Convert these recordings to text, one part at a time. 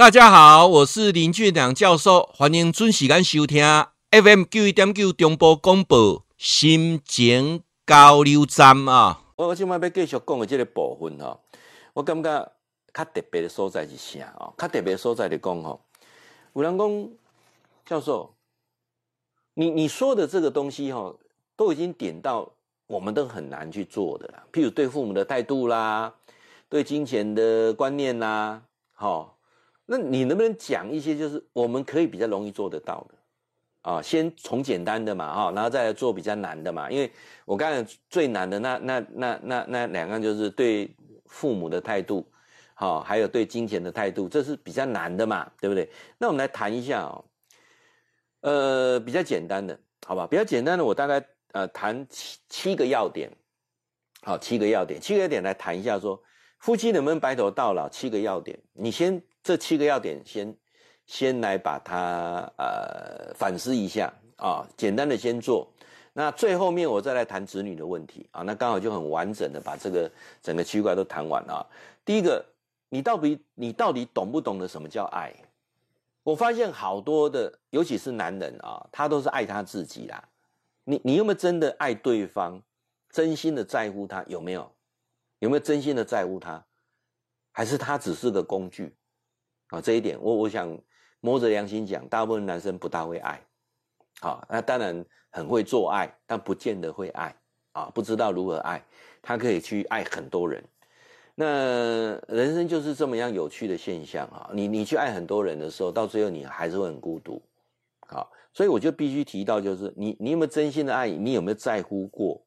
大家好，我是林俊良教授，欢迎准时间收听 FM 91.9中波广播心情交流站啊。我今摆要继续讲的这个部分哈，我感觉较特别的所在是啥哦？较特别的所在就讲吼，有人讲教授，你说的这个东西哈，都已经点到我们都很难去做的啦，譬如对父母的态度啦，对金钱的观念啦，好。那你能不能讲一些就是我们可以比较容易做得到的啊？先从简单的嘛，然后再来做比较难的嘛。因为我刚才最难的那两个就是对父母的态度，还有对金钱的态度，这是比较难的嘛，对不对？那我们来谈一下比较简单的，好吧？比较简单的，我大概谈七个要点，好，7个要点来谈一下说夫妻能不能白头到老，7个要点，你先。这7个要点先来把它反思一下啊，简单的先做。那最后面我再来谈子女的问题啊，那刚好就很完整的把这个整个7块都谈完了啊。第一个，你到底懂不懂得什么叫爱？我发现好多的，尤其是男人啊，他都是爱他自己啦。你有没有真的爱对方？真心的在乎他？有没有真心的在乎他？还是他只是个工具？这一点我想摸着良心讲，大部分男生不大会爱，那当然很会做爱，但不见得会爱不知道如何爱，他可以去爱很多人。那人生就是这么样有趣的现象你去爱很多人的时候，到最后你还是会很孤独所以我就必须提到，就是你有没有真心的爱，你有没有在乎过？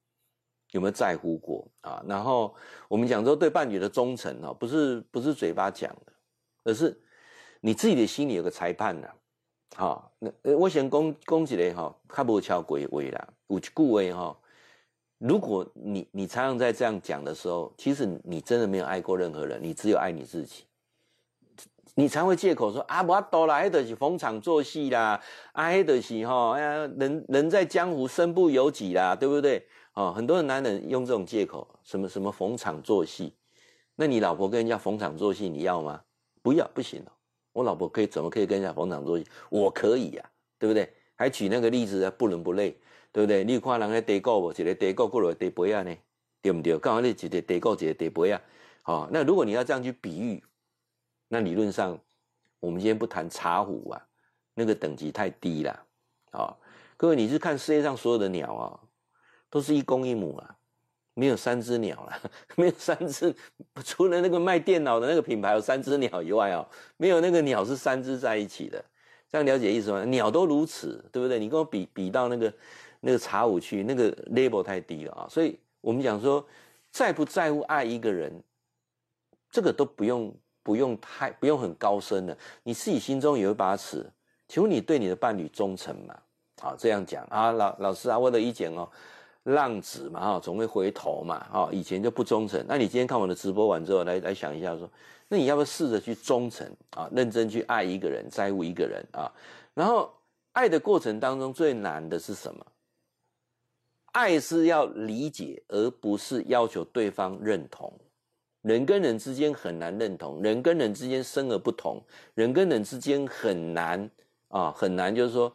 然后我们讲说对伴侣的忠诚不是嘴巴讲的，而是你自己的心里有个裁判我想讲一个较无超过的话啦，有一句话如果你常常在这样讲的时候，其实你真的没有爱过任何人，你只有爱你自己。你常会借口说不要多啦，那就是逢场作戏啦，那就是人在江湖身不由己啦，对不对？很多的男人用这种借口，什么逢场作戏，那你老婆跟人家逢场作戏，你要吗？不要，不行我老婆怎么可以跟人家逢场作戏？我可以对不对？还举那个例子不伦不类，对不对？你看人家地沟不，一个地沟过来地杯呢，对不对？刚好你一个地沟一个地杯那如果你要这样去比喻，那理论上我们今天不谈茶壶那个等级太低了各位，你去看世界上所有的鸟都是一公一母没有3只鸟啦，没有3只，除了那个卖电脑的那个品牌有3只鸟以外没有那个鸟是3只在一起的。这样了解意思吗？鸟都如此，对不对？你跟我比到那个茶壶去，那个 level 太低了所以我们讲说，在不在乎爱一个人，这个都不用很高深的，你自己心中有一把尺。请问你对你的伴侣忠诚吗？这样讲老师我的意见浪子嘛总会回头嘛以前就不忠诚，那你今天看我的直播完之后来想一下说，那你要不要试着去忠诚认真去爱一个人，在乎一个人然后爱的过程当中最难的是什么？爱是要理解，而不是要求对方认同。人跟人之间很难认同，人跟人之间生而不同，人跟人之间很难就是说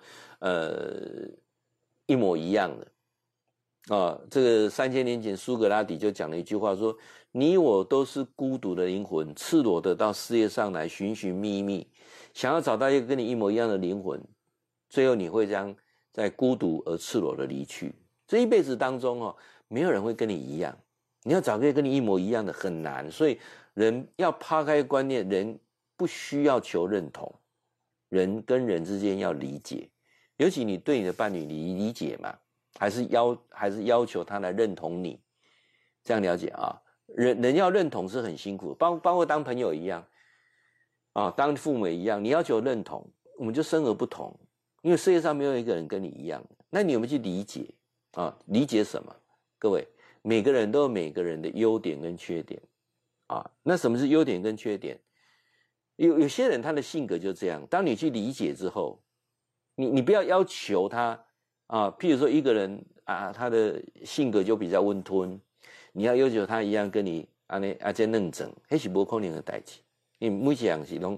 一模一样的这个3000年前苏格拉底就讲了一句话说，你我都是孤独的灵魂，赤裸的到世界上来寻寻觅觅，想要找到一个跟你一模一样的灵魂，最后你会这样在孤独而赤裸的离去。这一辈子当中没有人会跟你一样，你要找个跟你一模一样的很难，所以人要抛开观念，人不需要求认同，人跟人之间要理解，尤其你对你的伴侣你理解嘛，还是要求他来认同你，这样了解人要认同是很辛苦，包括当朋友一样当父母一样，你要求认同，我们就生而不同，因为世界上没有一个人跟你一样，那你有没有去理解理解什么？各位，每个人都有每个人的优点跟缺点那什么是优点跟缺点？有些人他的性格就这样，当你去理解之后，你不要要求他譬如说一个人他的性格就比较温吞，你要要求他一样跟你这认真，那是不可能的事情，因为每一样是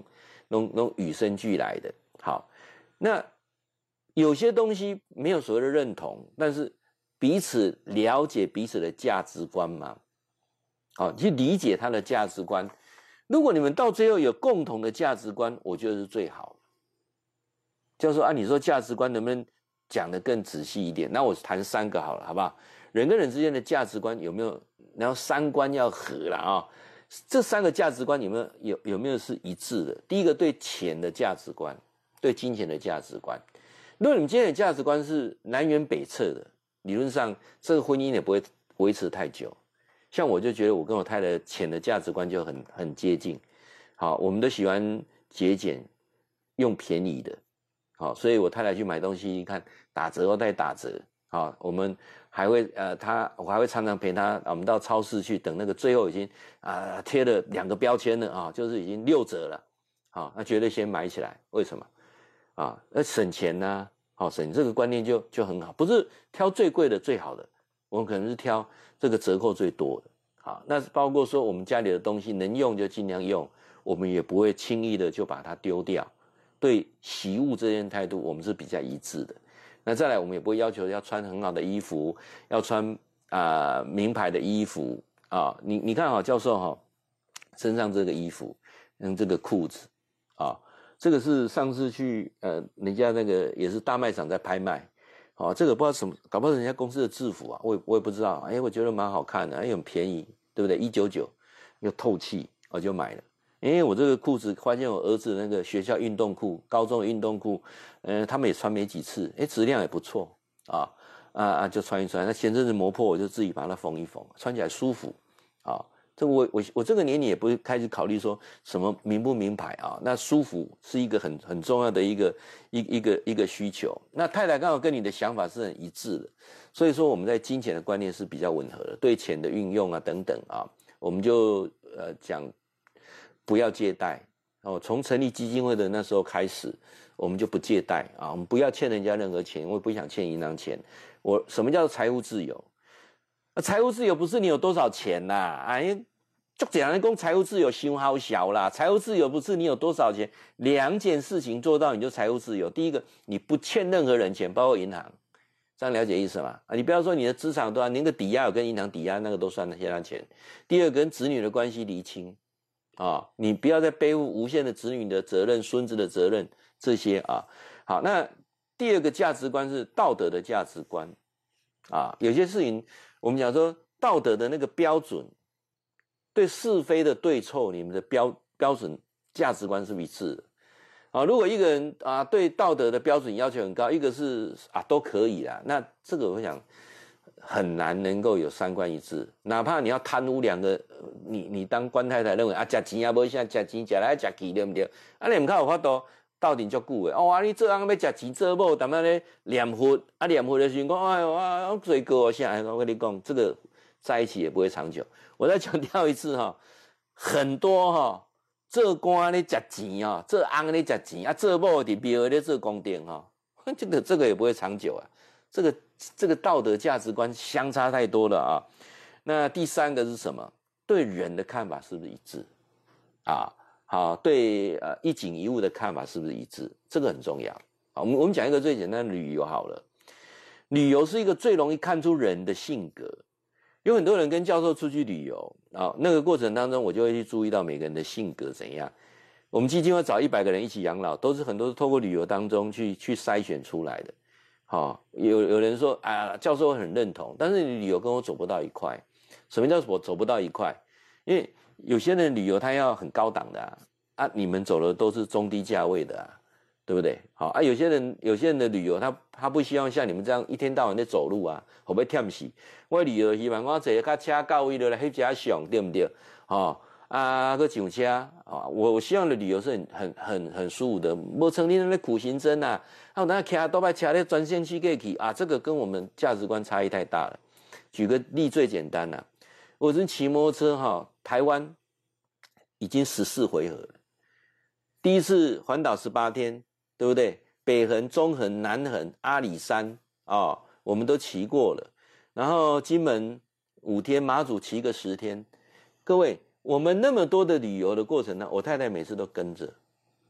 弄与生俱来的。好，那有些东西没有所谓的认同，但是彼此了解彼此的价值观嘛，好，去理解他的价值观。如果你们到最后有共同的价值观，我觉得是最好的。就是说你说价值观能不能讲得更仔细一点？那我谈3个好了，好不好？人跟人之间的价值观有没有？然后3观要合了啊。这3个价值观有没有是一致的？第一个，对钱的价值观，对金钱的价值观。如果你们今天的价值观是南辕北辙的，理论上这个婚姻也不会维持太久。像我就觉得我跟我太太钱的价值观就很接近。好，我们都喜欢节俭，用便宜的。好，所以我太太去买东西，你看打折或带打折。好，我们还会我还会常常陪她，我们到超市去等那个最后已经贴了2个标签了啊，就是已经6折了。好，那绝对先买起来。为什么？那省钱啊，好，省这个观念就很好，不是挑最贵的最好的，我们可能是挑这个折扣最多的。好，那包括说我们家里的东西能用就尽量用，我们也不会轻易的就把它丢掉。对习物这件态度，我们是比较一致的。那再来，我们也不会要求要穿很好的衣服，要穿名牌的衣服啊。你看教授身上这个衣服，这个裤子这个是上次去人家那个也是大卖场在拍卖，这个不知道什么，搞不好人家公司的制服啊，我也不知道。我觉得蛮好看的，又很便宜，对不对？199又透气，我就买了。因为我这个裤子发现我儿子那个学校运动裤，高中的运动裤，他们也穿没几次，质量也不错就穿一穿。那前阵子磨破，我就自己把它缝一缝，穿起来舒服这我这个年龄也不会开始考虑说什么名不名牌那舒服是一个很重要的一个需求。那太太刚好跟你的想法是很一致的，所以说我们在金钱的观念是比较吻合的，对钱的运用等等我们就讲不要借贷从成立基金会的那时候开始，我们就不借贷我们不要欠人家任何钱，我也不想欠银行钱。什么叫做财务自由？财务自由不是你有多少钱啦，就简单讲财务自由想好小啦。财务自由不是你有多少钱，2件事情做到你就财务自由。第一个，你不欠任何人钱，包括银行，这样了解意思吗？你不要说你的资产多少，连个抵押有跟银行抵押那个都算那些钱。第二个，跟子女的关系厘清你不要再背负无限的子女的责任、孙子的责任这些好，那第二个价值观是道德的价值观有些事情我们讲说道德的那个标准，对是非的对错，你们的标准价值观是一致的如果一个人对道德的标准要求很高，一个是都可以啦，那这个我想很难能够有3观一致。哪怕你要贪污2个，你当官太太认为吃钱没啥，吃钱吃来吃去对不对？你不靠有法度斗阵足久的你做人要吃钱做某，淡薄咧念佛念佛的时候讲我罪过啥？我跟你讲，这个在一起也不会长久。我再强调一次很多做官咧吃钱做翁咧吃钱做某伫庙咧做功德这个也不会长久这个道德价值观相差太多了那第3个是什么？对人的看法是不是一致好，对一景一物的看法是不是一致？这个很重要我们讲一个最简单的旅游好了。旅游是一个最容易看出人的性格。有很多人跟教授出去旅游那个过程当中，我就会去注意到每个人的性格怎样。我们基金会找100个人一起养老，都是很多透过旅游当中去筛选出来的有人说教授很认同，但是你旅游跟我走不到一块。什么叫我走不到一块？因为有些人旅游他要很高档的你们走的都是中低价位的对不对？好有些人的旅游他不希望像你们这样一天到晚在走路会不会忝死？我旅游希望我坐较车到位了，翕一相对不对？去上车我希望的旅游是很舒服的，没成立那苦行僧等下骑都摆车在专线区过去这个跟我们价值观差异太大了。举个例最简单我是骑摩托车台湾已经14回合了。第一次环岛18天，对不对？北横、中横、南横、阿里山我们都骑过了。然后金门5天，马祖骑个10天。各位，我们那么多的旅游的过程呢，我太太每次都跟着，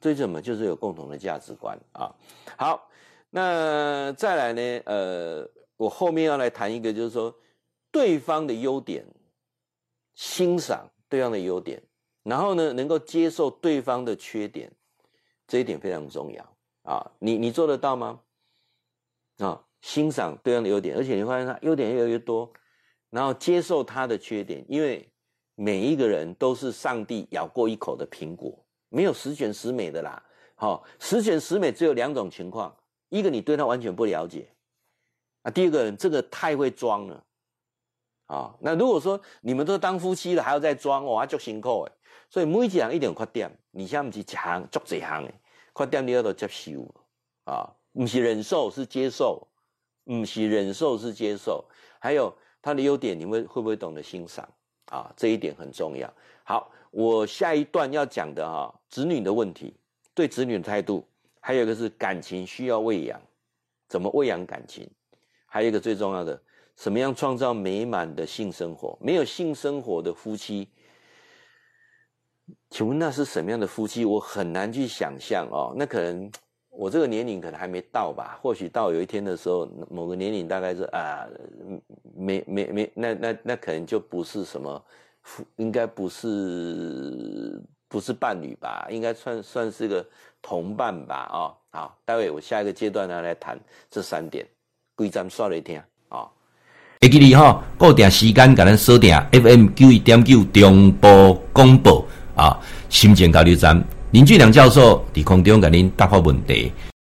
追求什么？就是有共同的价值观啊。好，那再来呢？我后面要来谈一个，就是说对方的优点，欣赏对方的优点，然后呢，能够接受对方的缺点，这一点非常重要啊。你做得到吗？欣赏对方的优点，而且你发现他优点越来越多，然后接受他的缺点，因为每一个人都是上帝咬过一口的苹果，没有十全十美的啦。十全十美只有2种情况，一个你对他完全不了解，第二个人这个太会装了。那如果说你们都当夫妻了还要再装，哇，很辛苦的。所以每一项一定有缺点，而且不是一项，很多项的缺点你要都接受不是忍受是接受，不是忍受是接受。还有他的优点你会不会懂得欣赏这一点很重要。好，我下一段要讲的子女的问题，对子女的态度，还有一个是感情需要喂养，怎么喂养感情，还有一个最重要的，怎么样创造美满的性生活。没有性生活的夫妻，请问那是什么样的夫妻？我很难去想象那可能我这个年龄可能还没到吧，或许到有一天的时候，某个年龄大概是那可能就不是什么，应该不是伴侣吧，应该算是个同伴吧好，待会我下一个阶段呢来谈这3点，规站刷来听会记你固定时间给咱锁定 FM 91.9中波广播心情交流站，林俊良教授在空中给您答复问题。